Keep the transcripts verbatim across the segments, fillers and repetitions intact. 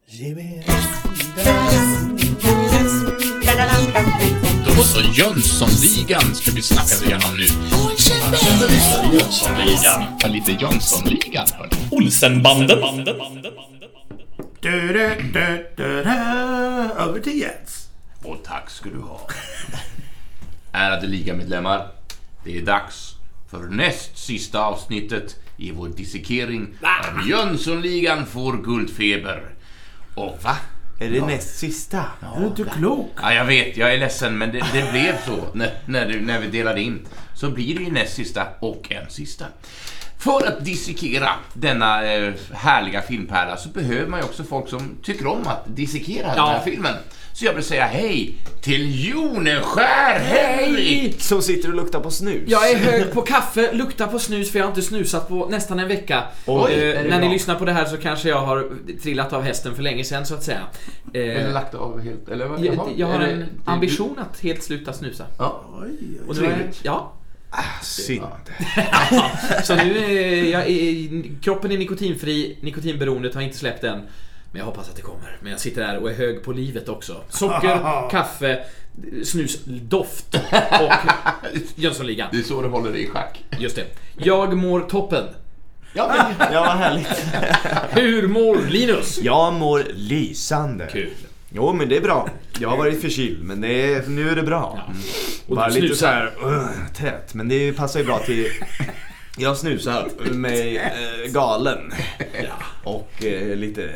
Då så, Jönssonligan ska vi snacka igenom nu. Jönssonligan. Ja, lite Jönssonligan, hörni. Olsenbanden. Du, du, du, du, du. Över till Jens. Och tack ska du ha. Ärade ligamedlemmar, det är dags för näst sista avsnittet i vår dissekering av Jönssonligan får guldfeber. Och va? Är det ja. näst sista? Ja, är du inte klok? Ja, jag vet, jag är ledsen, men det, det blev så när, när, när vi delade in. Så blir det ju näst sista och en sista. För att dissekera denna eh, härliga filmpärla så behöver man ju också folk som tycker om att dissekera ja. den här filmen. Så jag vill säga hej till Joneskär, hej! Som sitter och luktar på snus. Jag är hög på kaffe, luktar på snus för jag har inte snusat på nästan en vecka. Oj, eh, när bra? ni lyssnar på det här så kanske jag har trillat av hästen för länge sedan så att säga. Eh, eller lagt av helt, eller vad? Jag, jag har en det, ambition du... att helt sluta snusa. Ja, oj, oj. Och trevligt. Ja. Ah, synd. Ja, så nu är, jag är, kroppen är nikotinfri, nikotinberoendet har inte släppt än. Men jag hoppas att det kommer. Men jag sitter här och är hög på livet också. Socker, kaffe, snus, doft och Jönssonligan. Det är så du håller dig i schack. Just det. Jag mår toppen. Ja, men, ja, vad härligt. Hur mår Linus? Jag mår lysande. Kul. Jo, men det är bra. Jag har varit förkyld, men det är, nu är det bra. Ja. Och bara lite så här uh, tätt, men det passar ju bra till. Jag snusar med äh, galen. Ja. Och äh, lite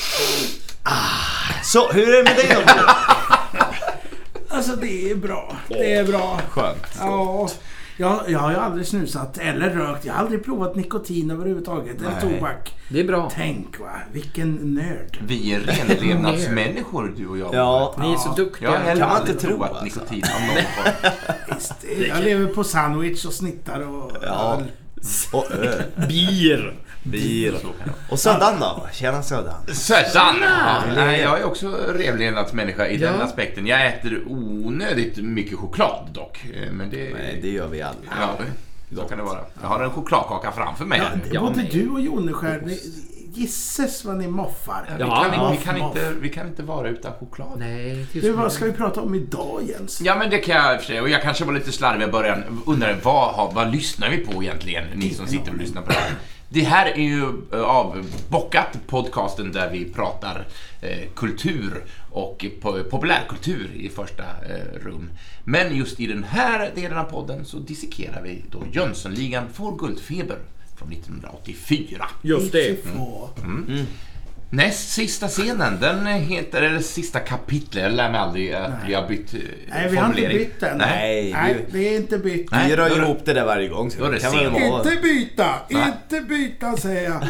ah. Så, hur är det med dig då? Alltså det är bra. Det är bra. Skönt. Ja. Jag, jag har ju aldrig snusat eller rökt. Jag har aldrig provat nikotin överhuvudtaget. Eller tobak. Det är bra. Tänk va, vilken nörd. Vi är renlevnadsmänniskor, du och jag. Ja, ni är så duktiga. Jag har kan man inte tro tro att alltså. nikotin av någon form. Visst, jag lever på sandwich och snittar och ja. Och äh. bier. Bier. Och Södan då? Tjena Södan. Södan! Ja, nej, jag är också renlevnadsmänniska i ja. den aspekten. Jag äter onödigt mycket choklad dock. Men det, nej, det gör vi aldrig. Ja, så kan det vara. Jag har en chokladkaka framför mig. Ja, det ja, både men... du och Joneskär. Gisses vad ni moffar. Ja, ja, vi, kan, moff, vi, kan moff. inte, vi kan inte vara utan choklad. Nej, du, vad ska vi prata om idag, Jens? Ja, men det kan jag för sig. Och jag kanske var lite slarvig i början. Undrar, vad, vad lyssnar vi på egentligen? Ni som sitter och lyssnar på det här. Det här är ju av Bockat, podcasten där vi pratar eh, kultur och po- populärkultur i första eh, rum. Men just i den här delen av podden så dissekerar vi då Jönssonligan får guldfeber från nittonhundraåttiofyra. Just det. Mm. Mm. Mm. Näst sista scenen, den heter, eller sista kapitlet, jag lär mig aldrig att Nej. vi har bytt eh, Nej, vi har inte bytt den. Nej, Nej, det är inte bytt. Nej, vi rör ju ihop det där varje gång. Då är det kan sen. Inte byta, Nej. inte byta säger jag.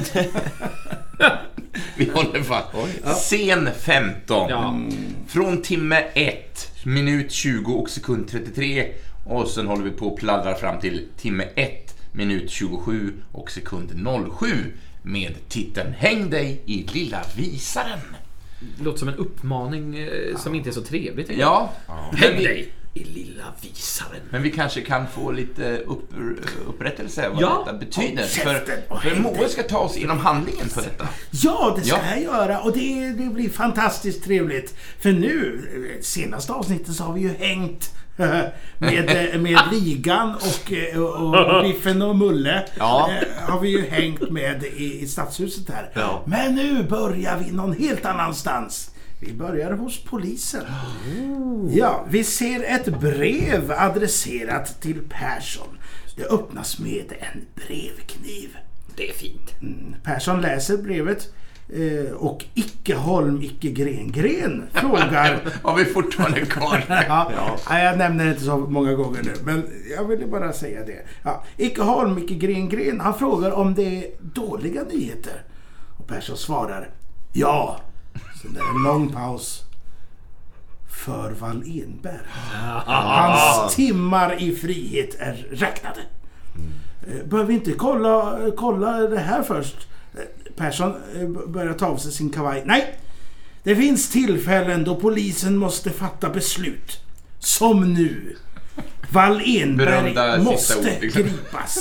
Vi håller fast. Scen femton. Ja. Från timme ett, minut tjugo och sekund trettiotre. Och sen håller vi på att pladdra fram till timme ett, minut tjugosju och sekund noll sju. Med titeln Häng dig i lilla visaren. Det låter som en uppmaning eh, som inte är så trevligt. Ja. Häng dig i lilla visaren. Men vi kanske kan få lite upp, upprättelse vad ja. detta betyder. Oh, för för Moe ska ta oss igenom handlingen för detta. Ja, det ska ja. jag göra. Och det, det blir fantastiskt trevligt. För nu, senaste avsnittet så har vi ju hängt med, med ligan och, och, och Biffen och Mulle ja. har vi ju hängt med i, i stadshuset här. Ja. Men nu börjar vi någon helt annanstans. Vi börjar hos polisen. Oh. Ja, vi ser ett brev adresserat till Persson. Det öppnas med en brevkniv. Det är fint. Mm. Persson läser brevet. Eh, och Icke Holm, Icke Grengren frågar. Har vi fortfarande kvar? ja, ja. Jag nämner det inte så många gånger nu, men jag ville bara säga det. Ja. Icke Holm, Icke Grengren, han frågar om det är dåliga nyheter. Och Persson svarar ja. Så det är en lång paus. För Wallenberg. Hans timmar i frihet är räknade. Eh, behöver vi inte kolla, kolla det här först? Persson börjar ta av sig sin kavaj. Nej, det finns tillfällen då polisen måste fatta beslut. Som nu. Wallenberg måste ord, liksom. gripas.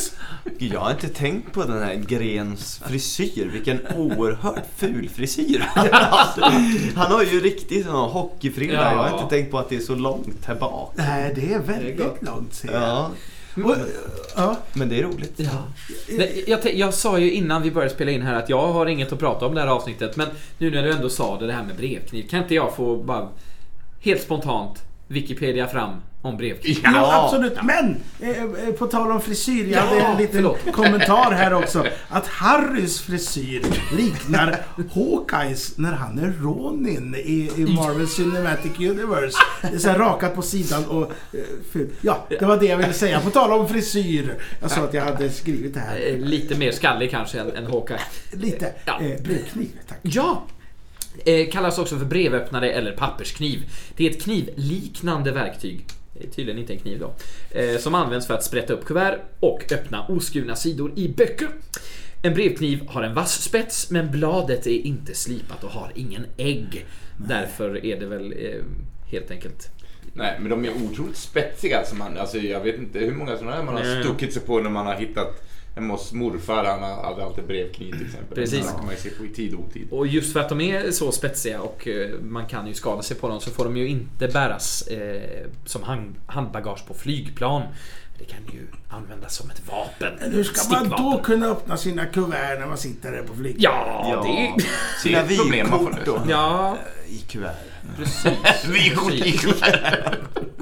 Jag har inte tänkt på den här Grens frisyr. Vilken oerhört ful frisyr. Han har ju riktigt sån hockeyfrilla. Ja. Jag har inte tänkt på att det är så långt här bak. Nej, det är väldigt det är långt, ser jag. Ja. Och, ja. Men det är roligt. Ja. Nej, jag, jag sa ju innan vi började spela in här att jag har inget att prata om det här avsnittet. Men nu när du ändå sa det, det här med brevkniv, kan inte jag få bara helt spontant Wikipedia fram om brevkniv? Ja, ja, absolut. Men eh, på tal om frisyr, jag hade ja, en liten förlåt. kommentar här också. Att Harrys frisyr liknar Hawkeyes när han är Ronin i, i Marvel Cinematic Universe. Det är så här rakat på sidan och eh, ja, det var det jag ville säga. På tal om frisyr. Jag sa att jag hade skrivit det här. Lite mer skallig kanske än, än Hawkeye. Lite. Ja. Eh, brevkniv, tack. Ja. Eh, kallas också för brevöppnare eller papperskniv. Det är ett knivliknande verktyg. Det är tydligen inte en kniv då. Eh, som används för att sprätta upp kuvert och öppna oskurna sidor i böcker. En brevkniv har en vass spets, men bladet är inte slipat och har ingen ägg. Nej. Därför är det väl eh, helt enkelt... Nej, men de är otroligt spetsiga. Alltså, man, alltså jag vet inte hur många sådana här man har stuckit sig på när man har hittat... En hos morfar, han hade alltid brevkniv till exempel. Precis. kan man ju se på i tid och otid. Och just för att de är så spetsiga och man kan ju skada sig på dem, så får de ju inte bäras eh, som hand, handbagage på flygplan. Det kan ju användas som ett vapen. Hur ska man då kunna öppna sina kuvert när man sitter där på flygplan? Ja, ja. det är sina ett problem man får lösa. Ja, i kuvert. Precis. Vykort i kuvert.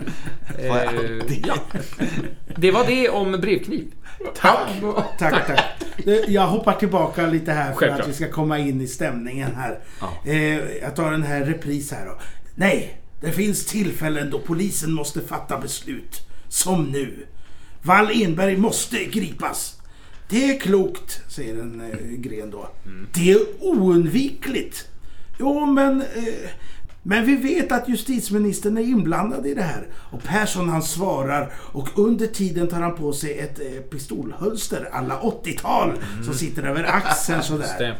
eh, ja. Det var det om brevkniv. Tack. Tack, tack. Jag hoppar tillbaka lite här för Självklart. att vi ska komma in i stämningen här. Ja. Eh, jag tar den här repris här då. Nej, det finns tillfällen då polisen måste fatta beslut. Som nu. Wall Enberg måste gripas. Det är klokt, säger en eh, Gren då. Mm. Det är oundvikligt. Jo, men... Eh, Men vi vet att justitieministern är inblandad i det här. Och Persson han svarar och under tiden tar han på sig ett eh, pistolhölster alla åttiotal mm. som sitter över axeln sådär.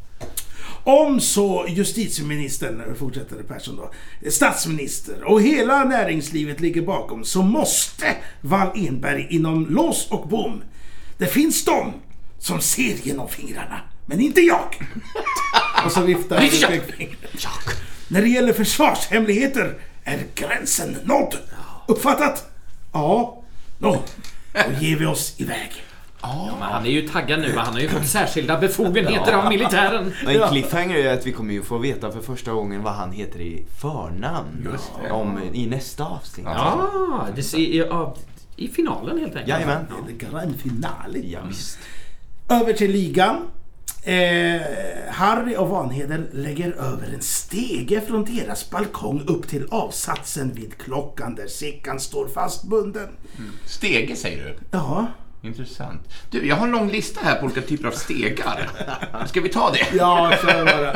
Om så justitieministern, fortsätter Persson då, statsminister och hela näringslivet ligger bakom, så måste Wall Enberg inom lås och bom. Det finns de som ser genom fingrarna, men inte jag. Och så viftar han med fingret. När det gäller försvarshemligheter är gränsen nådd. Uppfattat? Ja. Nå, då ger vi oss iväg. Ja, men han är ju taggad nu. Han har ju fått särskilda befogenheter av militären. En cliffhanger är att vi kommer ju få veta för första gången vad han heter i förnamn. Just det. Om, i nästa avsnitt. Ja, det ser i, i finalen helt enkelt. Jajamän. Ja, det är grand finale. Ja, visst. Över till ligan. Eh, Harry och Vanheden lägger över en stege från deras balkong upp till avsatsen vid klockan där Sickan står fastbunden. Mm. Stege säger du? Ja. Intressant. Du, jag har en lång lista här på olika typer av stegar. Ska vi ta det? Ja, så är det.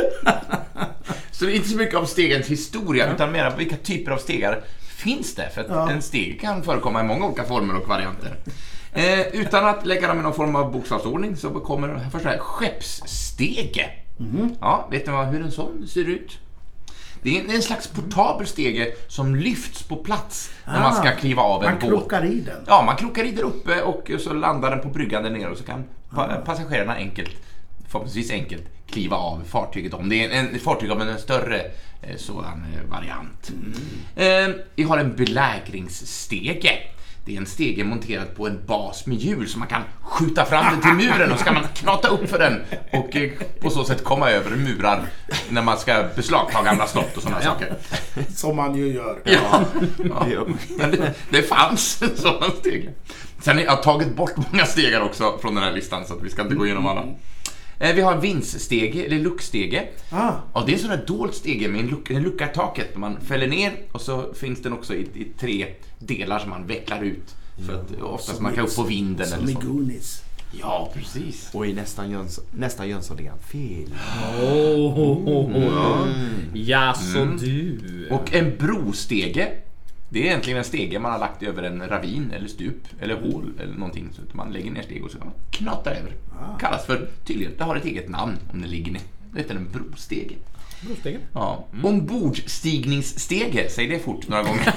Så det är inte så mycket om stegens historia, utan mer vilka typer av stegar finns det? För att ja. en steg kan förekomma i många olika former och varianter. Eh, utan att lägga dem i någon form av bokstavsordning så kommer den här första här skeppsstege. Mm. Ja, vet ni vad, hur en sån ser ut? Det är en, en slags portabel stege som lyfts på plats när ah, man ska kliva av en man båt. Man krokar i den. Ja, man krokar i där uppe och så landar den på bryggan där nere och så kan pa- passagerarna enkelt, förhoppningsvis enkelt, kliva av fartyget om. Det är en, en fartyg av en större eh, sådan eh, variant. Mm. Eh, vi har en belägringsstege. Det är en stege monterad på en bas med hjul så man kan skjuta fram den till muren och så kan man knata upp för den och eh, på så sätt komma över murar när man ska beslagta gamla slott och sådana ja. saker. Som man ju gör. Ja, ja. Men det, det fanns en sådan stege. Sen har jag tagit bort många stegar också från den här listan så att vi ska inte gå igenom alla. Vi har en vinststege, eller luckstege. Ah. Och det är sådär dolt stege med en, luck, en lucka i taket. Man fäller ner och så finns den också i, i tre delar som man vecklar ut. För att ja, oftast man kan upp på vinden som eller så. Som i Goonies. Ja, precis. Och i nästan Jöns, nästan Jönssonligan film. Åh, oh, oh, oh, oh. mm. Ja, så mm. du. Och en brostege. Det är egentligen en stege man har lagt över en ravin eller stup eller hål eller någonting. Så man lägger ner steg och så kan man knata över. Ah. Kallas för, tydligen, det har ett eget namn om det ligger ner. Det heter en brostege. Brostegen. Ja. Mm. Ombordstigningsstege, säg det fort några gånger.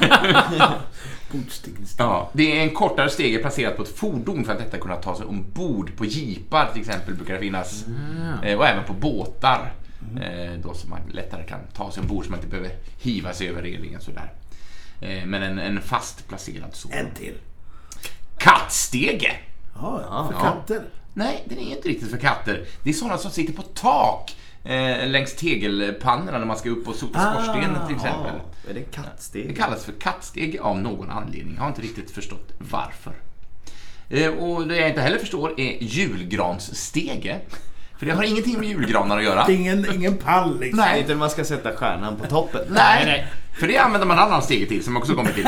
Ja, det är en kortare stege placerat på ett fordon för att detta kunna ta sig ombord på jeepar till exempel brukar det finnas. Mm. Och även på båtar. Mm. Då som man lättare kan ta sig ombord så man inte behöver hiva sig över relingen sådär. Men en, en fast placerad så. En till. Kattstege. Ja, för ja. katter. Nej, den är inte riktigt för katter. Det är sådana som sitter på tak eh, längs tegelpannorna när man ska upp och sota ah, skorstenen till exempel. Ja. Är det kattsteg? Det kallas för kattsteg av någon anledning. Jag har inte riktigt förstått varför. Eh, och det jag inte heller förstår är julgransstege. För det har ingenting med julgranar att göra. Det är ingen, ingen pall liksom. Nej, inte när man ska sätta stjärnan på toppen. Nej, nej. För det använder man annan stege till som också kommer till.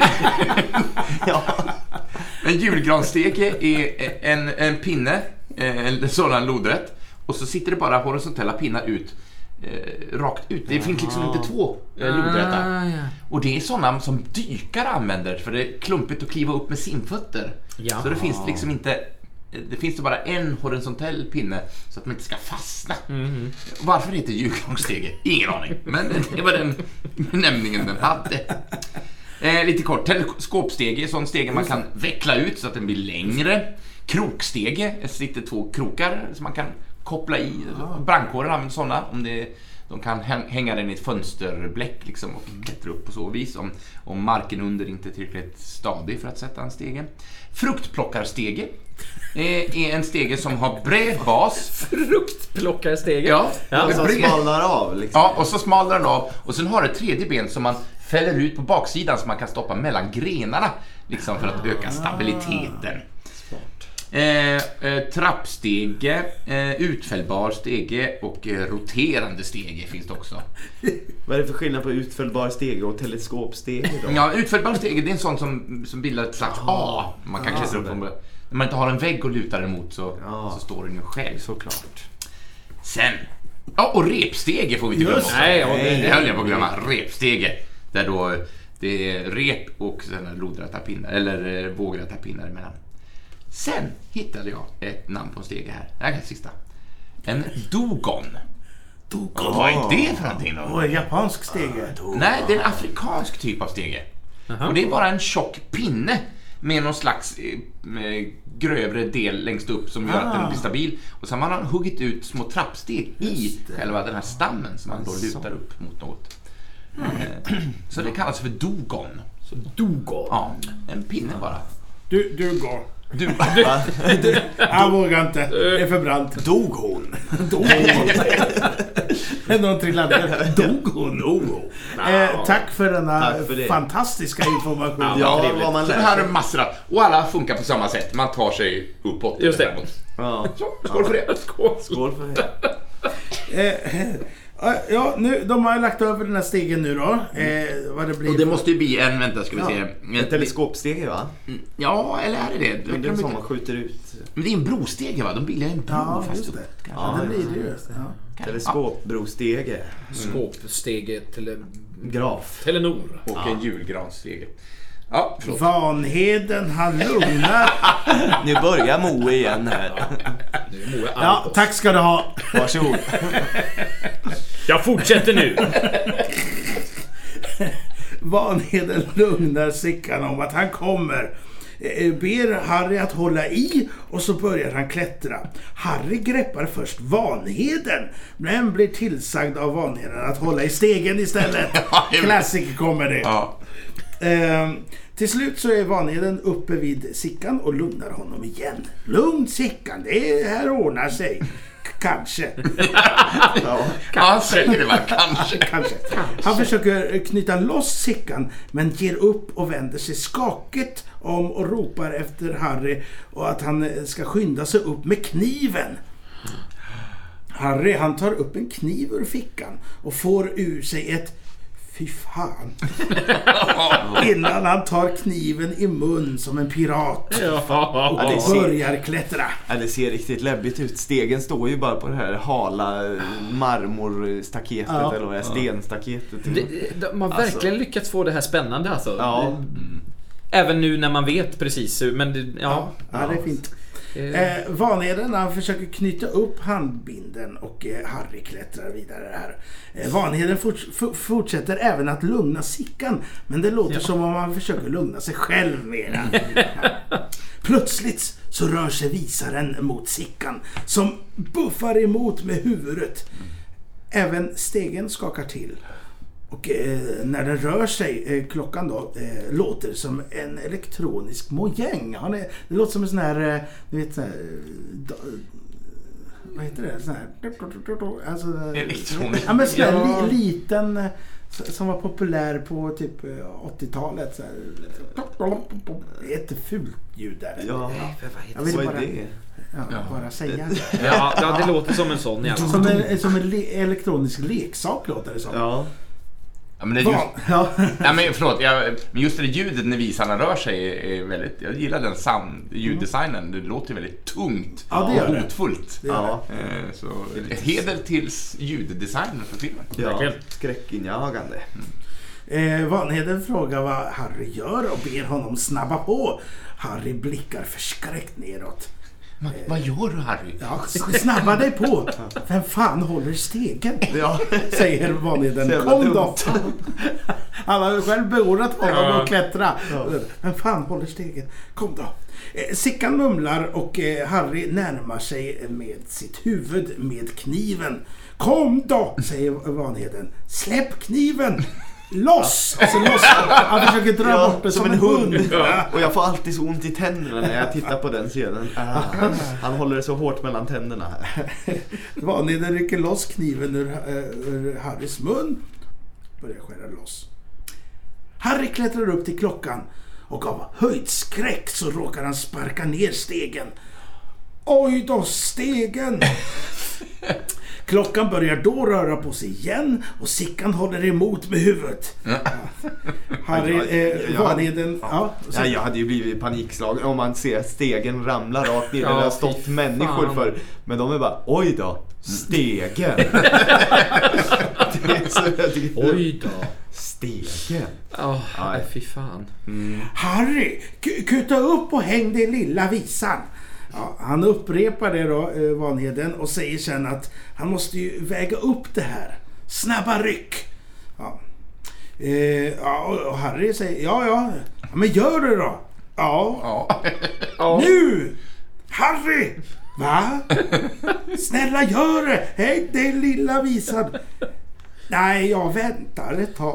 Ja. En julgranstege är en, en pinne, en sådan lodrätt. Och så sitter det bara horisontella pinnar ut, eh, rakt ut. Det finns liksom inte två eh, lodrätta. Ah, ja. Och det är sådana som dykare använder. För det är klumpigt att kliva upp med simfötter. Ja. Så det finns liksom inte... Det finns det bara en horisontell pinne så att man inte ska fastna. Mm. Varför det heter julgransstege? Ingen aning. Men det var den benämningen den hade. Eh, lite kort, teleskopstege är sån stege man kan veckla ut så att den blir längre. Krokstege, det sitter två krokar som man kan koppla i. Brandkåren använder sådana om det, de kan hänga den i ett fönsterbläck liksom, och klättra upp på så vis om, om marken under inte är tillräckligt stadig för att sätta en stege. Fruktplockarstege är en stege som har bred bas. Fruktplockarstege? Ja, ja, och så smalnar av liksom. Ja, och så smalnar den av. Och sen har det ett tredje ben som man fäller ut på baksidan så man kan stoppa mellan grenarna liksom, för att öka stabiliteten. Eh, eh, trappstege, eh, utfällbar stege och eh, roterande stege finns det också. Vad är det för skillnad på utfällbar stege och teleskopstege då? Ja, utfällbar stege det är en sån som, som bildar ett slags A. Man kan klättra upp på. När man inte har en vägg att luta emot så, ja. så står den ju själv. Såklart. Sen, ja, och repstege får vi inte glömma. Nej, ja, det, det höll jag på att glömma. Repstege, där då det är rep och sen lodräta pinnar, eller vågräta pinnar emellan. Sen hittade jag ett namn på en stege här. Det här är det sista. En dogon. Dogon? Vad är det för någonting då? Oh, en japansk stege. Nej, det är en afrikansk typ av stege. Uh-huh. Och det är bara en tjock pinne med någon slags eh, grövre del längst upp som gör ah. att den blir stabil. Och så har man huggit ut små trappsteg i själva den här stammen som man då lutar upp mot något. Mm. Eh, så det kallas för dogon. Så dogon? Ja, en pinne bara. Du, du går. Du, du, jag vågar inte. Det är för brant. Dog hon? Dog hon? Någon trillade. Dog hon? Dog hon? Eh, tack för denna tack för fantastiska information. Ja, ja vad man lär sig. Här är massor. Och alla funkar på samma sätt. Man tar sig uppåt. Just det. Ja. Så, skål för det. Skål, skål för det. Eh, Ja, nu, de har lagt över den här stegen nu då. Eh, vad det blir. Och det måste ju bli en, vänta ska vi ja, se. En teleskopstege va? Ja, eller är det det? Det är en som man skjuter ut. Men det är en brostege va? De bildar en bro ja, fast just det. Ja, ja, det blir det ju. Ja. Teleskopbrostege. Mm. Skåpstege till graf. Telenor. Och ja. En julgranstege. Ja, förlåt. Vanheden, han lugnar. Nu börjar Moe igen här. Nu är ja, tack ska du ha. Varsågod. Jag fortsätter nu. Vanheden lugnar Sickan om att han kommer. Ber Harry att hålla i och så börjar han klättra. Harry greppar först Vanheden men blir tillsagd av Vanheden att hålla i stegen istället. Klassiker kommer det. Ja. Ehm, till slut så är Vanheden uppe vid Sickan och lugnar honom igen. Lugn Sickan, det här ordnar sig. Kanske. Ja, kanske. Det var kanske. Kanske. Han försöker knyta loss Sickan men ger upp och vänder sig skakigt om och ropar efter Harry och att han ska skynda sig upp med kniven. Harry han tar upp en kniv ur fickan och får ur sig ett fy fan. Innan han tar kniven i mun som en pirat. Ja. Och ja, ser, börjar klättra. Ja, det ser riktigt läbbigt ut. Stegen står ju bara på det här hala marmorstaketet ja. Eller vad är stenstaketet. Det, de har alltså. verkligen lyckats få det här spännande alltså. Ja. Det, även nu när man vet precis hur, men det, ja. Ja, ja, det är fint. Eh, Vanheden, han försöker knyta upp handbinden och eh, Harry klättrar vidare här. Eh, Vanheden fort, f- fortsätter även att lugna Sickan, men det låter ja. som om han försöker lugna sig själv mera. Plötsligt så rör sig visaren mot Sickan som buffar emot med huvudet. Även stegen skakar till. Och eh, när den rör sig, eh, klockan då, eh, låter som en elektronisk mojäng. Han är, det låter som en sån här, eh, du vet sån här, da, vad heter det? Sån här, alltså, elektronisk. Ja, men sån här ja. li, liten, som var populär på typ åttiotalet. Så här, jättefult ljud där. Ja, jag vill vad bara, är det? Ja, ja. bara säga det. Ja, ja, det låter som en sån. Ja. Som en, som en le, elektronisk leksak låter det som. Ja. Ja, men det är just, ja. ja, men förlåt, jag, men just det ljudet när visarna rör sig är väldigt, jag gillar den sound, ljuddesignen, det låter väldigt tungt ja, det och hotfullt. Det ja. det. Så heder till ljuddesignen för filmen. Ja, skräckinjagande. Mm. Eh, Vanheden frågar vad Harry gör och ber honom snabba på. Harry blickar förskräckt neråt. Ma, eh, vad gör du, Harry? Ja, snabba dig på. Vem fan håller stegen? Ja. Säger Vanheden. Kom då. Han har själv beordrat honom ja. att klättra. Ja. Vem fan håller stegen? Kom då. Eh, Sickan mumlar och eh, Harry närmar sig med sitt huvud med kniven. Kom då, säger Vanheden. Släpp kniven. Loss! Alltså loss. Han försöker dra ja, bort det som, som en hund. hund. Ja. Och jag får alltid så ont i tänderna när jag tittar på den scenen. Ah, han håller det så hårt mellan tänderna här. Vanheden rycker loss kniven ur, ur Harrys mun. Börjar skära loss. Harry klättrar upp till klockan och av höjdskräck så råkar han sparka ner stegen. Oj då, stegen! Klockan börjar då röra på sig igen och Sickan håller emot med huvudet. Ja. Harry, eh, Vanheden, ja. Ja, jag hade ju blivit panikslagen om man ser stegen ramla rakt ner. Ja, det har stått människor fan. för. Men de är bara, oj då, stegen. Det är så, oj då. Stegen. Oh, nej, fy fan. Mm. Harry, k- kuta upp och häng det lilla visan. Ja, han upprepar det då, eh, Vanheden, och säger sen att han måste ju väga upp det här. Snabba ryck. Ja. Eh, ja, och Harry säger, ja, ja, ja, men gör det då. Ja. Ja. Nu! Harry! Va? Snälla gör det! Häng det lilla visan. Nej, jag väntar ett tag.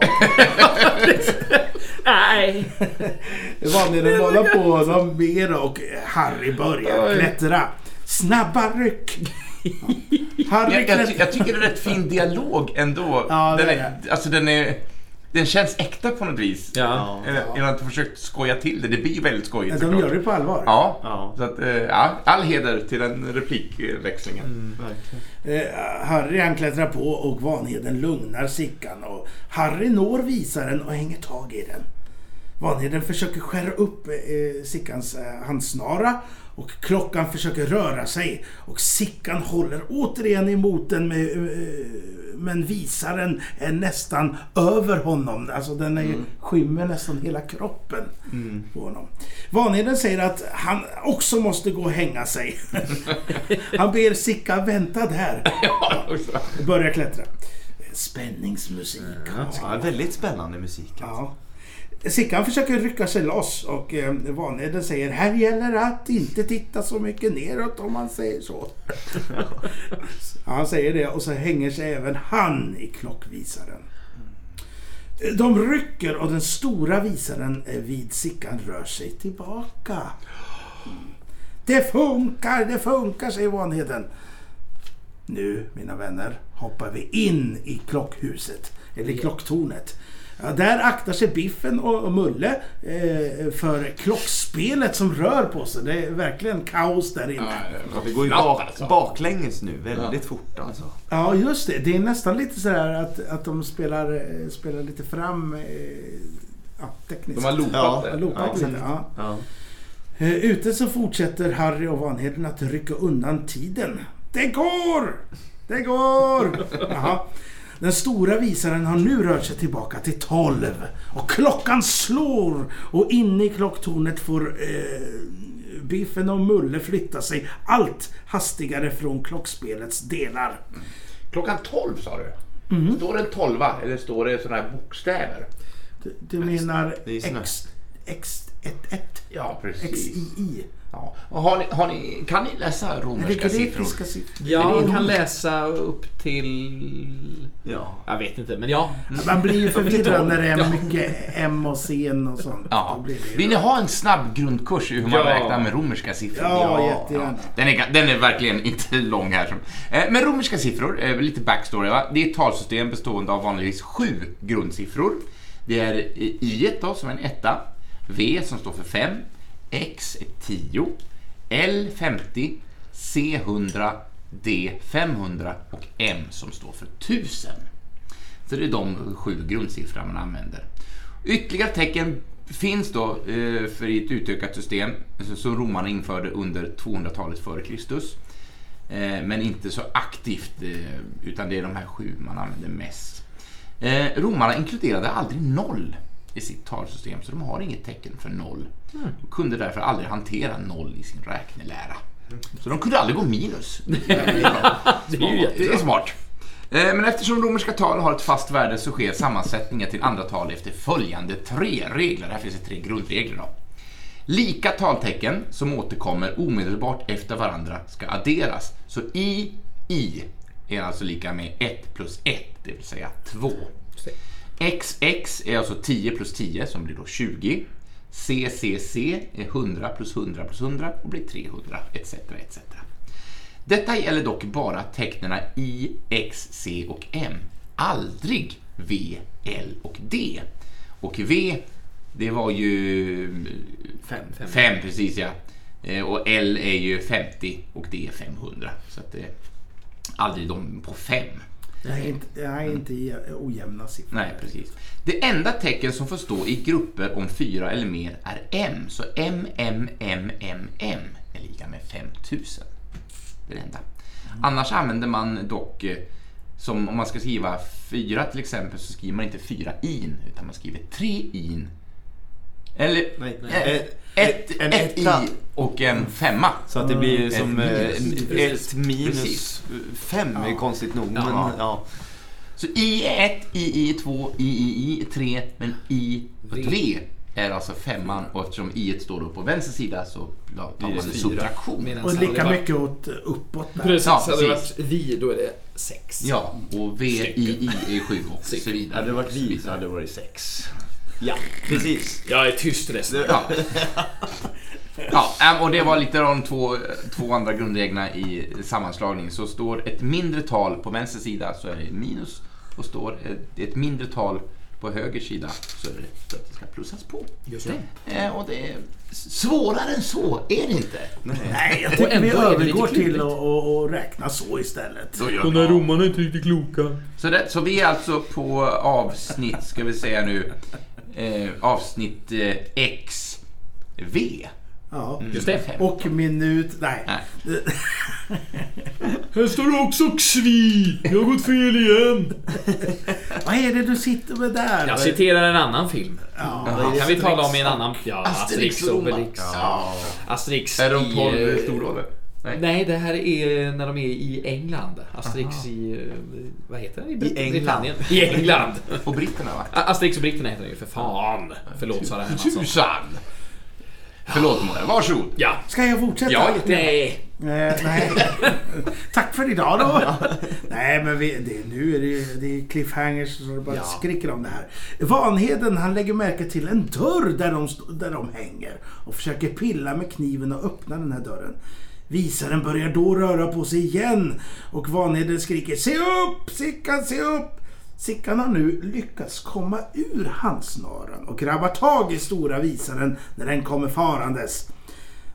Nej. Vanheden håller på honom mer och Harry börjar klättra. Snabba ryck. Harry jag, jag, jag tycker det är rätt fin dialog ändå. Ja, den är, alltså den är den känns äkta på något vis. Ja. Jag har inte försökt skoja till det. Det blir väldigt skojigt. Ja, de gör det på allvar. Ja. ja. Så att, ja, all heder till den replikväxlingen. Mm, verkligen. Eh, Harry han klättrar på och Vanheden lugnar Sickan och Harry når visaren och hänger tag i den. Vanheden försöker skära upp eh, Sickans eh, handsnara och klockan försöker röra sig och Sickan håller återigen emot den med, eh, men visaren är nästan över honom. Alltså den är, mm. skymmer nästan hela kroppen mm. på honom. Vanheden säger att han också måste gå och hänga sig. Han ber Sickan vänta där och börja klättra. Spänningsmusik. Ja, väldigt spännande musik. Alltså. Ja. Sickan försöker rycka sig loss och eh, Vanheden säger här gäller att inte titta så mycket neråt om man säger så. Ja, han säger det och så hänger sig även han i klockvisaren. De rycker och den stora visaren vid Sickan rör sig tillbaka. Det funkar, det funkar, säger Vanheden. Nu, mina vänner, hoppar vi in i klockhuset, eller i klocktornet. Ja, där aktar sig Biffen och, och Mulle eh, för klockspelet som rör på sig. Det är verkligen kaos där inne. Ja, det går ju bak, baklänges nu väldigt ja. fort alltså. Ja, just det. Det är nästan lite så här att, att de spelar, spelar lite fram eh, ja, tekniskt. De har loopat ja, det. Loopat ja, lite, ja. Ja. Eh, ute så fortsätter Harry och Vanheden att rycka undan tiden. Det går! Det går! Jaha. Den stora visaren har nu rört sig tillbaka till tolv. Och klockan slår. Och inne i klocktornet får eh, Biffen och Mulle flytta sig allt hastigare från klockspelets delar. Klockan tolv sa du? Mm. Står det en tolva eller står det sådana här bokstäver? Du, du menar Det är såna- X, X ett ett? Ja, X precis. I I? Ja. Och har ni, har ni, kan ni läsa Är det romerska siffror? grekiska siffror? Jag kan läsa upp till... Ja. Jag vet inte, men ja. Man blir ju förvirrad när det är Ja. mycket M och C och sånt. Då Ja. blir det ju- Vill ni ha en snabb grundkurs i hur man Ja. räknar med romerska siffror? Ja, jättegärna. Den är, den är verkligen inte lång här. Eh, Men romerska siffror, eh, lite backstory va? Det är ett talsystem bestående av vanligtvis sju grundsiffror. Det är I då som är en etta, V som står för fem, X är tio, L femtio, C hundra, D femhundra och M som står för tusen. Så det är de sju grundsiffror man använder. Ytterligare tecken finns då eh, för ett utökat system som romarna införde under tvåhundratalet före Kristus. Eh, men inte så aktivt eh, utan det är de här sju man använder mest. Eh, romarna inkluderade aldrig noll i sitt talsystem så de har inget tecken för noll. Mm. De kunde därför aldrig hantera noll i sin räknelära. Så de kunde aldrig gå minus. Det är ju jättebra. Det är smart. Eh, Men eftersom romerska tal har ett fast värde så sker sammansättningen till andra tal efter följande tre regler. Här finns det tre grundregler då. Lika taltecken som återkommer omedelbart efter varandra ska adderas. Så I, I är alltså lika med ett plus ett, det vill säga två. X X är alltså tio plus tio som blir då tjugo. C C C är hundra plus hundra plus hundra och blir trehundra, et cetera et cetera. Detta gäller dock bara tecknena I, X, C och M. Aldrig V, L och D. Och V, det var ju Fem, fem. fem precis ja. Eh, Och L är ju femtio och D är femhundra. Så att det är aldrig de på fem. Jag är inte, jag är inte i ojämna siffror. Nej, precis. Det enda tecken som får stå i grupper om fyra eller mer är M. Så M, M, M, M, M är lika med femtusen. Det är det enda. Mm. Annars använder man dock, eh, som om man ska skriva fyra till exempel, så skriver man inte fyra in, utan man skriver tre in. Eller Nej, nej. eh, ett, En ett etta. i och en femma. Så att det blir Ett som eh, minus. ett Precis. minus Precis. fem är konstigt nog. Men, Ja. ja. Så I är ett, I, I är två, I, I, I är tre, men I och V är alltså femman, och eftersom I står upp på vänster sida så ja, tar Blir man det en fyra. subtraktion. Medan Och hade lika det varit- mycket åt uppåt där. Precis, Ja, hade det precis. varit vi då är det sex. Ja, och V, I, I är sju och så vidare. Hade det varit vi så hade det varit sex. Ja, precis. Jag är tyst resten. Ja. Ja, äm, och det var lite de två, två andra grundreglerna i sammanslagning. Så står ett mindre tal på vänster sida så är det minus, och står ett, ett mindre tal på höger sida så är det för att det ska plussas på. Just det. Eh, och det är svårare än så, är det inte? Nej, jag Och tycker vi ändå är det lite övergår till klurigt. att att- att räkna så istället. Då gör De vi. där romarna är inte riktigt kloka. Så, det, så vi är alltså på avsnitt, ska vi säga nu, eh, avsnitt eh, X V. Ja. Just det. Och minut... Nej. Nej. Här står det också Xvi. Jag har gått fel igen. Vad är det du sitter med där? Jag citerar en annan film. Ja. Kan vi tala om i en annan? Ja, Asterix Asterix och och Obelix. Obelix. Ja. Asterix Är de i, tolv eh, storroller? Nej. Nej, det här är när de är i England. Asterix i... eh, Vad heter det? I, Brit- England. Britannien. I England. Och britterna va? A- Asterix och britterna heter det ju för fan. Förlåt Sara Hermansson. Tusan! Förlåt Moa, varsågod. Ja. Ska jag fortsätta? Ja, nej. Eh, nej. Tack för idag då. Nej, men vi, det, nu är det, det är cliffhangers så det bara Ja. skriker om det här. Vanheden, han lägger märke till en dörr där de, st- där de hänger och försöker pilla med kniven och öppna den här dörren. Visaren börjar då röra på sig igen och Vanheden skriker: se upp, Sickan, se upp! Sickan har nu lyckats komma ur handsnaran och grabbar tag i stora visaren när den kommer farandes.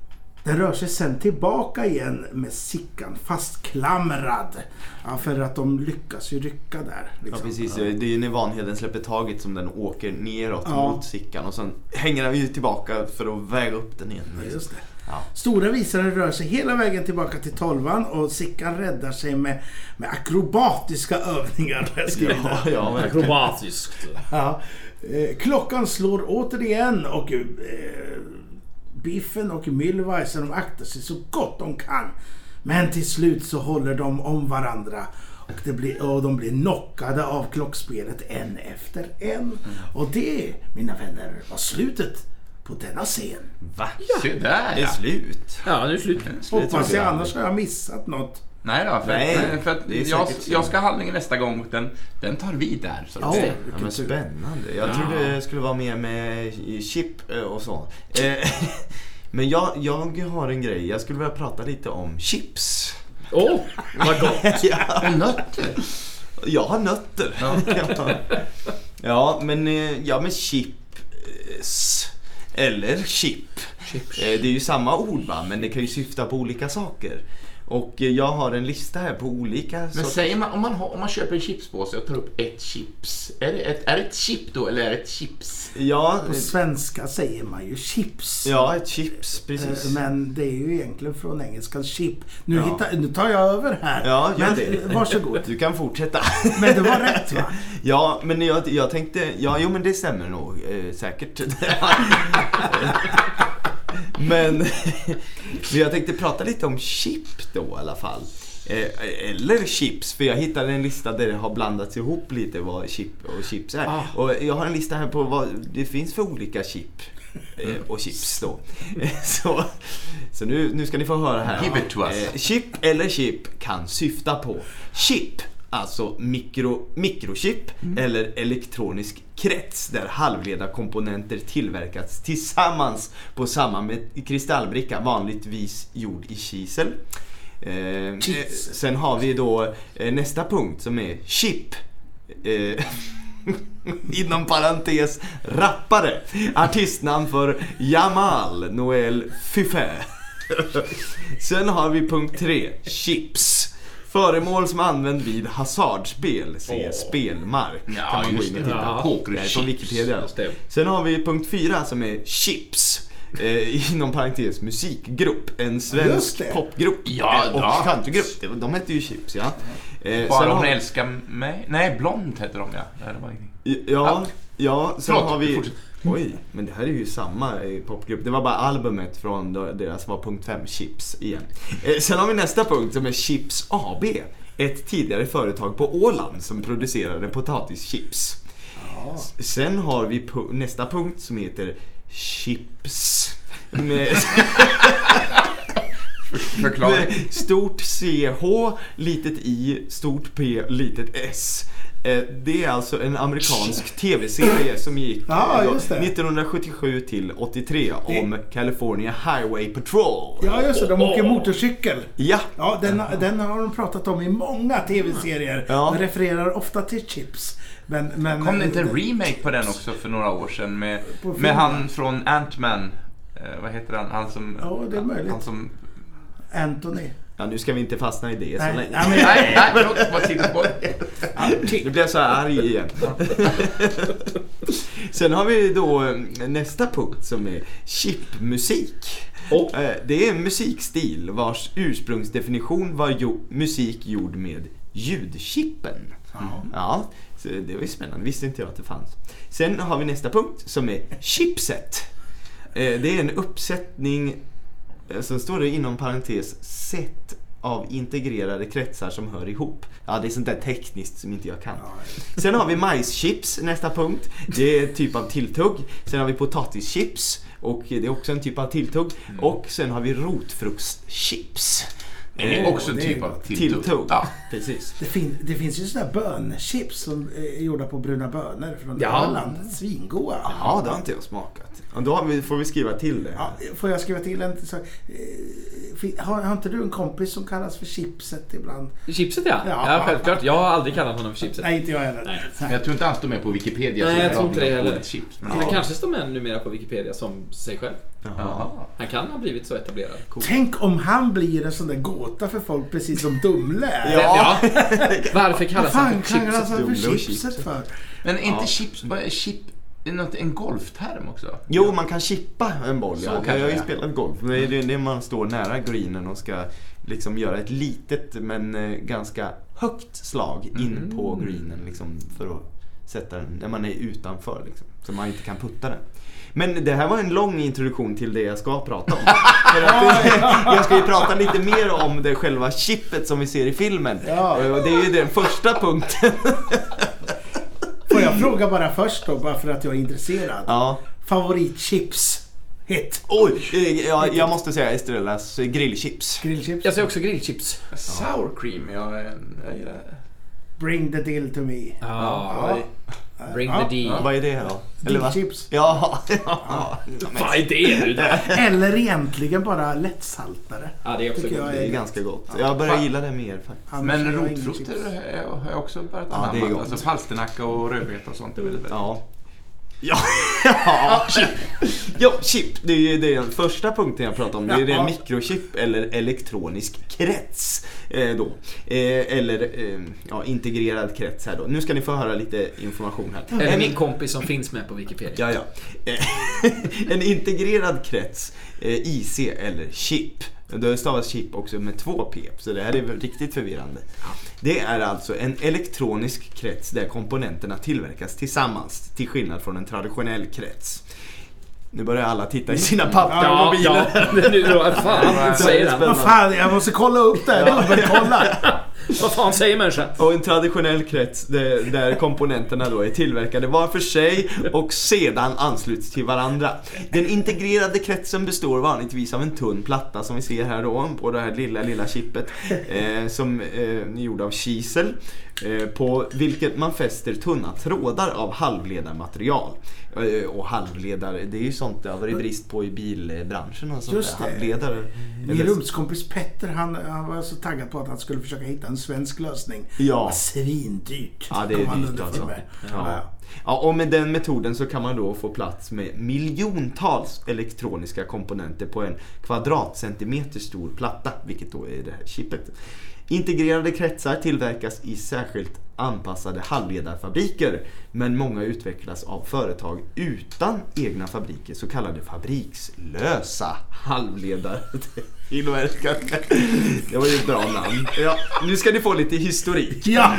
Den rör sig sen tillbaka igen med Sickan fastklamrad. Ja, för att de lyckas ju rycka där. Liksom. Ja, precis. Det är ju när Vanheden släpper taget som den åker neråt Ja. mot Sickan. Och sen hänger den ju tillbaka för att väga upp den igen. Ja, just det. Ja. Stora visaren rör sig hela vägen tillbaka till tolvan och Sickan räddar sig med, med akrobatiska övningar. Ja, ja, verkligen. Akrobatiskt. Ja. Eh, klockan slår återigen och eh, Biffen och Müllweise de aktar sig så gott de kan. Men till slut så håller de om varandra och, det blir, och de blir knockade av klockspelet en efter en. Mm. Och det, mina vänner, var slutet på denna scen. Va? Se där, Det är ja. slut. Ja, nu är det slut. Hoppas jag, annars har jag missat något. Nej då, för, Nej, för att det är jag, säkert så. jag ska ha handlingen nästa gång. Den, den tar vi där. Så Ja. att säga. Ja, men spännande. Jag trodde det skulle vara mer med chip och så. Eh, Men jag, jag har en grej. Jag skulle vilja prata lite om chips. Åh, oh, vad gott. Ja. Och nötter. Jag har nötter. Ja, ja men, eh, ja, men chips. Eller chip. Chips. Eh, Det är ju samma ord, va? Men det kan ju syfta på olika saker. Och eh, jag har en lista här på olika Men sorter. säger man om, man har, om man köper en chipspåse och tar upp ett chips, är det ett, är det ett chip då eller är det ett chips? Ja, På svenska säger man ju chips. ja, ett chips, precis. Eh, Men det är ju egentligen från engelska chip. Nu, Ja. hittar, nu tar jag över här. Ja, gör men, det. varsågod. Du kan fortsätta. Men det var rätt, va? Ja, men jag, jag tänkte, ja, jo men det stämmer nog eh, säkert. men, men jag tänkte prata lite om chip då i alla fall. Eh, eller chips, för jag hittade en lista där det har blandats ihop lite vad chip och chips är. Ah. Och jag har en lista här på vad det finns för olika chip eh, och chips då. så så nu, nu ska ni få höra här. Give it to us. Eh, chip eller chip kan syfta på chip, alltså mikro, mikrochip eller elektronisk krets där halvledarkomponenter tillverkats tillsammans på samma med kristallbricka, vanligtvis gjord i kisel. Eh, Cheese. sen har vi då eh, nästa punkt som är chip. Eh, inom parentes rappare. Artistnamn för Jamal Noel Fife. Sen har vi punkt tre, chips. Föremål som använd vid hasardspel, se Åh. spelmark. Ja, kan man gå just in och det. titta. Ja. Poker Det är från Wikipedia. Just det. Sen har vi punkt fyra som är chips. Eh, inom parentes musikgrupp. En Just svensk det. popgrupp Ja, och ja. countrygrupp. De- De heter ju chips, ja. Eh, Bara sen hon har- älskar mig. Nej, blond heter de, ja. Nej, det var ingenting. Ja, ja, sen Förlåt, har vi... fortsätt. Oj, men det här är ju samma eh, popgrupp. Det var bara albumet från då- deras var punkt fem, Chips igen. Eh, sen har vi nästa punkt som är Chips A B. Ett tidigare företag på Åland som producerade potatischips. S- Sen har vi pu- nästa punkt som heter Chips. Med Förklara. med stort C H, litet I, stort P, litet S. Eh, Det är alltså en amerikansk tv-serie som gick Ja, eh, just det. nittonhundrasjuttiosju till åttiotre om California Highway Patrol. Ja, just det. De åker motorcykel. Ja, Ja, den, den har de pratat om i många tv-serier. Ja. De refererar ofta till chips. Men, men, Kom det inte en remake på den också för några år sedan med, På film, med han va? från Ant-Man? Eh, vad heter han? Han som... Ja, det är möjligt. Han som... Anthony. ja, nu ska vi inte fastna i det så Nej, länge. ja, men, Nej, nej, förlåt. Vad tittar på? Nu blir jag så här arg igen. Sen har vi då eh, nästa punkt som är chipmusik. Och Eh, Det är en musikstil vars ursprungsdefinition var jo- musik gjord med ljudchippen. Ja, så det var ju spännande. Visste inte jag att det fanns. Sen har vi nästa punkt som är chipset. Eh, Det är en uppsättning, eh, så står det inom parentes, set av integrerade kretsar som hör ihop. Ja, det är sånt där tekniskt som inte jag kan. Sen har vi majschips, nästa punkt. Det är en typ av tilltugg. Sen har vi potatischips och det är också en typ av tilltugg. Och sen har vi rotfruktschips. Det är också en det är typ av gott. tilltugg. Tilltugg. Ja. Precis. Det, fin- det finns ju sådana bönchips som är gjorda på bruna bönor från Ja. Öland. Svingoda. Ja, det har inte jag smakat. Och då har vi, får vi skriva till det. Ja, får jag skriva till en... Så, eh, fin- har, har inte du en kompis som kallas för Chipset ibland? Chipset ja. Ja. ja, självklart. Jag har aldrig kallat honom för Chipset. Nej, inte jag heller. Nej. Så här. Jag tror inte han står med på Wikipedia. Nej, så jag tror inte det har heller. ordet Chips. Men, Han kanske står med numera på Wikipedia som sig själv. Jaha. Han kan ha blivit så etablerad. Tänk om han blir en sån där gåta för folk precis som Dumle är. Ja. Varför Vad kallas han fan för kallas Chipset? han för Dumle och Chipset Chipset. för? Men är inte Ja. chips, vad är chip? Är det något, en golfterm också? Jo, man kan chippa en boll. Så Ja. kan Jag har ju jag. spelat golf. Det är det, det man står nära greenen och ska liksom göra ett litet men eh, ganska högt slag in Mm. på greenen liksom, för att sätta den när man är utanför. Liksom, så man inte kan putta den. Men det här var en lång introduktion till det jag ska prata om. För att, jag ska ju prata lite mer om det själva chippet som vi ser i filmen. Ja. Och det är ju den första punkten. Får jag fråga bara först då, bara för att jag är intresserad. Ja. Favoritchips? Hit. Oj, eh, jag, jag måste säga Estrellas grillchips. Grillchips? Jag säger också grillchips. Sour cream, jag, jag gillar det. Bring the dill to me. Ja. Bring Ja. the D. Vad är det då? Eller va? Dillchips. Ja, ja. Vad är det nu då? Eller egentligen bara lättsaltare. Ja, det är också Tycker gott. jag Det är ganska gott. Jag börjar gilla det mer faktiskt. Annars Men har jag ingen rotfrukter chips. har jag också börjat Ja, det är anamma. gott. Alltså palsternacka och rödbeta och sånt är väldigt, väldigt Ja. Ja, ja, chip. Ja, chip. Det är ju det är den första punkten jag pratar om. Det är det Ja. mikrochip eller elektronisk krets eh, då. Eh, eller eh, ja, integrerad krets här då. Nu ska ni få höra lite information här. Eller En- min kompis som finns med på Wikipedia. Ja, ja. Eh, en integrerad krets, eh, I C eller chip. Det stavas chip också med två P, så det här är riktigt förvirrande. Det är alltså en elektronisk krets där komponenterna tillverkas tillsammans, till skillnad från en traditionell krets. Nu börjar alla titta i sina papper och Ja, mobiler. ja. Nu då, fan säger han. Vad fan, jag måste kolla upp det här. Dubbelkolla. Vad fan säger människan? Och en traditionell krets där, där komponenterna då är tillverkade var för sig och sedan ansluts till varandra. Den integrerade kretsen består vanligtvis av en tunn platta som vi ser här då på det här lilla lilla chippet eh, som eh, är gjord av kisel eh, på vilket man fäster tunna trådar av halvledarmaterial. Eh, och halvledare, det är ju sånt det har varit brist på i bilbranschen och sånt Just där. det. Halvledare. Min Eller- rumskompis Petter, han, han var så taggad på att han skulle försöka hitta en svensk lösning. Ja. Det var svindyrt. Ja, det är kom han dyrt underfund alltså. med. Ja. Ja. Ja, och med den metoden så kan man då få plats med miljontals elektroniska komponenter på en kvadratcentimeter stor platta, vilket då är det här chippet. Integrerade kretsar tillverkas i särskilt anpassade halvledarfabriker, men många utvecklas av företag utan egna fabriker, så kallade fabrikslösa halvledartillverkare. Det var ju ett bra namn. Ja, nu ska ni få lite historik. Ja.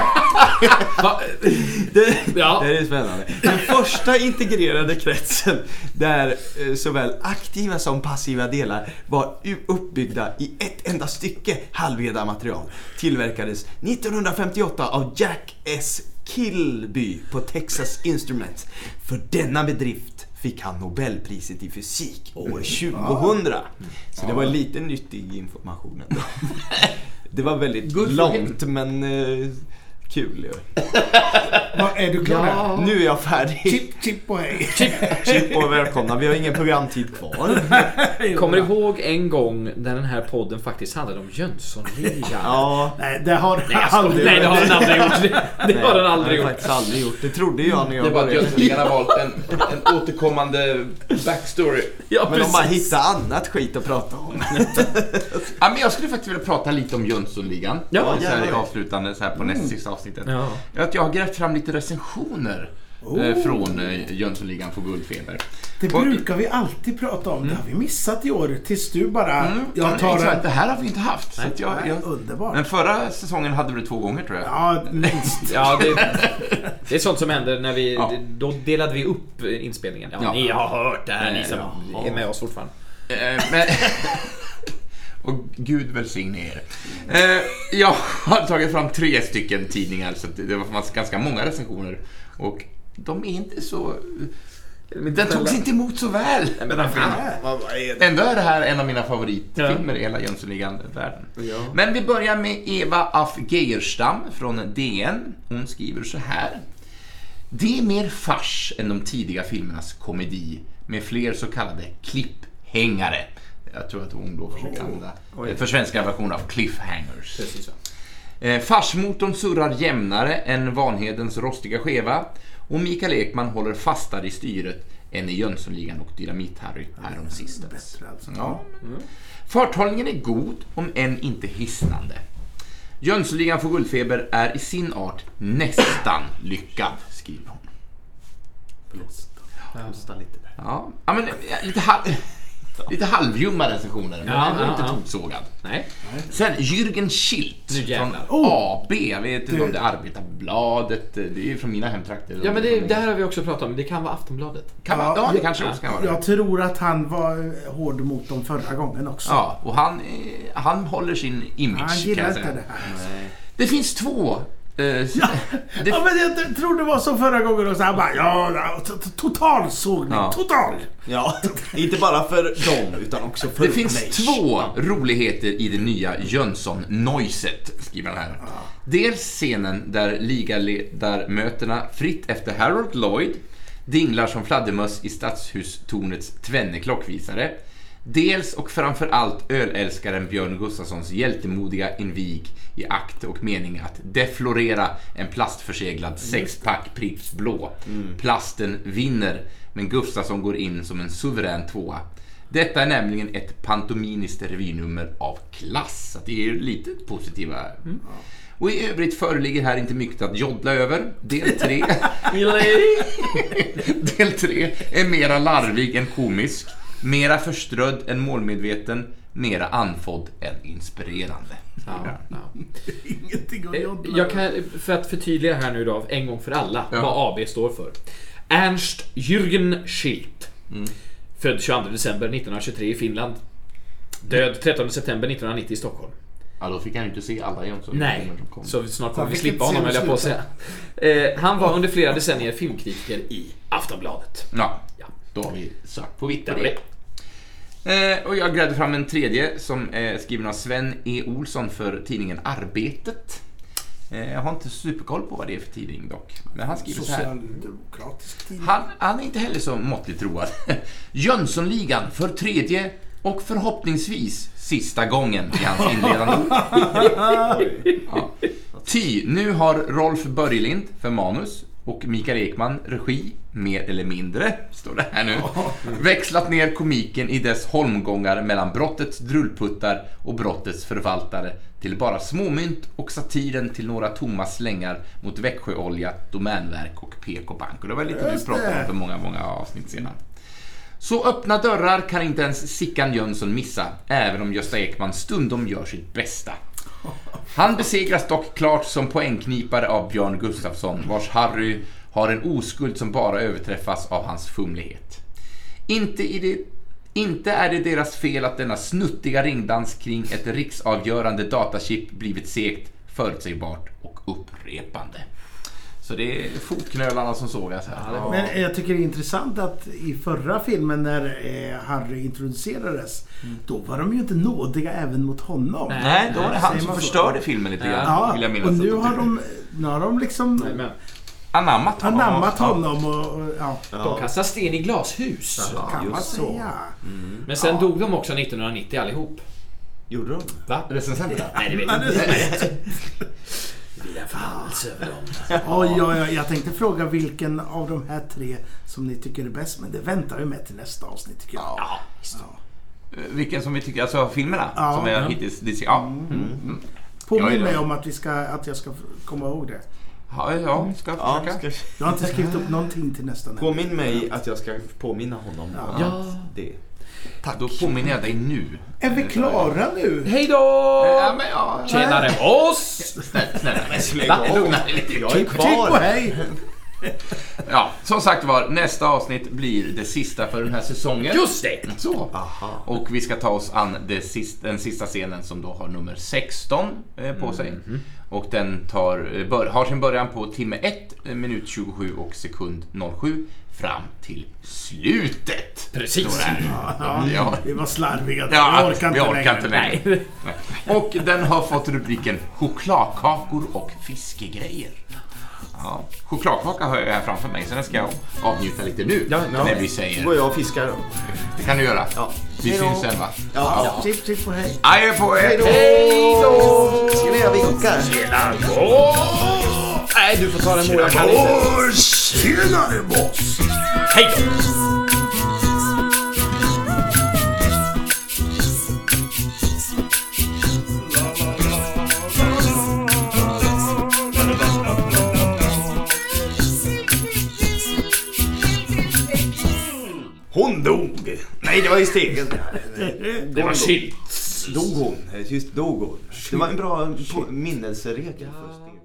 Va? Det, Ja. det är spännande. Den första integrerade kretsen där eh, såväl aktiva som passiva delar var u- uppbyggda i ett enda stycke halvledarmaterial tillverkades nittonhundrafemtioåtta av Jack S. Kilby på Texas Instruments. För denna bedrift fick han Nobelpriset i fysik år tjugohundra. Så det var lite nyttig information ändå. Det var väldigt Good for långt men eh, kul ju. Vad, är du klar? Ja. Nu är jag färdig. Chip, chip och hej. Chip och välkomna. Vi har ingen programtid kvar. Kommer du ihåg en gång när den här podden faktiskt handlade om Jönssonligan? Ja. Nej, det har Nej, jag skojar. aldrig Nej, det har den aldrig gjort. Det, det har den aldrig Nej, jag har gjort. faktiskt aldrig gjort. Det trodde jag när Det jag är bara att började. Jönssonligan har valt en, en återkommande backstory. Ja, Men om man precis. hittar annat skit att prata om. Ja, men jag skulle faktiskt vilja prata lite om Jönssonligan. Ja, så här i gärna. avslutande så här på näst sista avsnittet. Ja. Att jag har grävt fram lite recensioner eh, från eh, Jönssonligan på Guldfeber. Det Och- brukar vi alltid prata om. Det har vi missat i år. Tills du bara... Mm, Jag tar exakt, en... det här har vi inte haft. Så att jag, Nej, jag, underbart. men förra säsongen hade vi det två gånger tror jag. Ja, minst. Ja, det, det är sånt som händer när vi... Ja. Då delade vi upp inspelningen. Ja, Ja. ni har hört det här, ni som Ja. är med oss fortfarande. Eh, men, och Gud välsigne er. Eh, jag har tagit fram tre stycken tidningar så att det var ganska många recensioner. Och de är inte så Den togs inte emot så väl. Nej, men vad fan. Vad är det? Ändå är det här en av mina favoritfilmer i hela Jönssonligan-världen. Ja. Men vi börjar med Eva af Geijerstam från D N. Hon skriver så här. Det är mer fars än de tidiga filmernas komedi med fler så kallade klipphängare. Jag tror att hon då försöker använda oh. för svenska version av cliffhangers. Precis så. Eh, farsmotorn surrar jämnare än Vanhedens rostiga skeva och Mikael Ekman håller fastare i styret än i Jönssonligan och Dynamit-Harry härom sistens. Alltså. Ja. Mm. Farthållningen är god, om än inte hisnande. Jönssonligan för guldfeber är i sin art nästan lyckad, skriver hon. Hosta lite där. Ja, ja men lite halv... Lite halvjumma recensioner, men ja, ja, ja, inte ja. toksågad. Nej. Sen Jürgen Schilt från A B, jag vet inte om det är Arbetarbladet, det är ju från mina hemtrakter. Ja, men det, det här har vi också pratat om, det kan vara Aftonbladet. Kan ja, ja, det kanske också kan vara. Jag tror att han var hård mot dem förra gången också. Ja, och han, han håller sin image. Han gillar inte det här. Nej. Det finns två... Uh, Ja, det... ja, men jag tror det var så förra gången och så här bara, ja, total sågning, Ja. total. Ja, inte bara för dem utan också för Det finns mig. två roligheter i det nya Jönsson-noiset, skriver han här. Dels scenen där ligaledarmötena fritt efter Harold Lloyd dinglar som fladdermöss i stadshustornets tvenne klockvisare. Dels och framför allt ölälskaren Björn Gustafssons hjältemodiga invig i akt och mening att deflorera en plastförseglad sexpack Pripps blå. Mm. Plasten vinner, men Gustafsson går in som en suverän tvåa. Detta är nämligen ett pantominiskt revynummer av klass. Så det är lite positiva. Mm. Och i övrigt föreligger här inte mycket att joddla över. Del tre Del tre är mera larvig än komisk, mera förströdd än målmedveten, mera andfådd än inspirerande. Ja, ja. Ingenting att joddla. Jag kan, för att förtydliga här nu då, en gång för alla, ja. vad A B står för. Ernst Jürgen Schilt. Mm. Född tjugoandra december nittonhundratjugotre i Finland. Död trettonde september nittonhundranittio i Stockholm. Ja, då fick han ju inte se alla Jönsson. Nej, så snart kommer vi fick slippa inte honom, se höll jag på att säga. Eh, han var under flera decennier filmkritiker i Aftonbladet. Ja, Ja. då har vi sagt på vitt Där på var det. Eh, och jag grävde fram en tredje som är skriven av Sven E. Olsson för tidningen Arbetet. Eh, jag har inte superkoll på vad det är för tidning dock. Men han skriver så här. Socialdemokratisk tidning. Han, han är inte heller så måttligt road. Jönssonligan för tredje och förhoppningsvis sista gången i hans inledande ord. Ja. Ty, nu har Rolf Börjelind för manus och Mikael Ekman regi, mer eller mindre, står det här nu, växlat ner komiken i dess holmgångar mellan brottets drullputtar och brottets förvaltare till bara småmynt och satiren till några tomma slängar mot Växjöolja, Domänverk och P K-bank. Och det var lite vi pratade om för många, många avsnitt sedan. Så öppna dörrar kan inte ens Sickan Jönsson missa, även om Gösta Ekman stundom gör sitt bästa. Han besegras dock klart som poängknipare av Björn Gustafsson, vars Harry har en oskuld som bara överträffas av hans fumlighet. Inte, i det, inte är det deras fel att denna snuttiga ringdans kring ett riksavgörande datachip blivit segt, förutsägbart och upprepande. Så det är fotknölarna som sågas här. Ja. Men jag tycker det är intressant att i förra filmen när eh, Harry introducerades, mm. då var de ju inte nådiga även mot honom. Nej, Nej då var det han som förstörde så. filmen lite grann. Ja, vill jag minnas och nu att har de, nu har de liksom Nej, men. anammat honom. Anammat honom och, och, ja. De kastar sten i glashus. Ja, kan man säga. Mm. Men sen ja. dog de också nittonhundranittio allihop. Gjorde de? Va? Recensenterna? Nej, det vet jag inte. Det blir en förhandelse över dem. Oj, oj, oj, jag tänkte fråga vilken av de här tre som ni tycker är bäst, men det väntar vi med till nästa avsnitt tycker jag. Ja, ja. Vilken som vi tycker, alltså filmerna ja, som är ja. hittills, ja. Mm. Mm. Påminn mig om att, vi ska, att jag ska komma ihåg det. Ja, ja, ska ja, försöka. ska... Jag har inte skrivit upp någonting till nästa. Påminn mig att jag ska påminna honom om ja. det. Tack. Då påminner jag dig nu. Är vi klara nu? Hej då! Ja, men ja. Tjenare oss! Snälla, snälla, men släng Va? av. lite. Jag är kvar. Klipp och hej! Ja, som sagt var, nästa avsnitt blir det sista för den här säsongen. Just det! Så. Aha. Och vi ska ta oss an det sista, den sista scenen som då har nummer sexton eh, på sig. Mm-hmm. Och den tar, bör, har sin början på timme ett, minut tjugosju och sekund noll sju fram till slutet. Precis. Ja, Ja. Vi var slarviga. Ja, vi orkar vi inte orkar inte längre. längre. Nej. Och den har fått rubriken chokladkakor och fiskegrejer. Ja, chokladkaka har jag här framför mig, så den ska jag avnjuta lite nu. Ja, ja. När vi säger. går jag och fiskar då. Det kan du göra. Ja. Vi Hej då. syns sen, va? Ja. Ja. Sitt, sitt på hej. Adjö på er! Hej då! Ska vi göra vinkar? Nej, du får ta den, mor. Jag kan inte. Åh, tjenare boss! Hej då! Hon dog! Nej, det var i stegen. Det var shit. Dog hon? Just dog hon. Det var en bra på- minnesregel för stegen.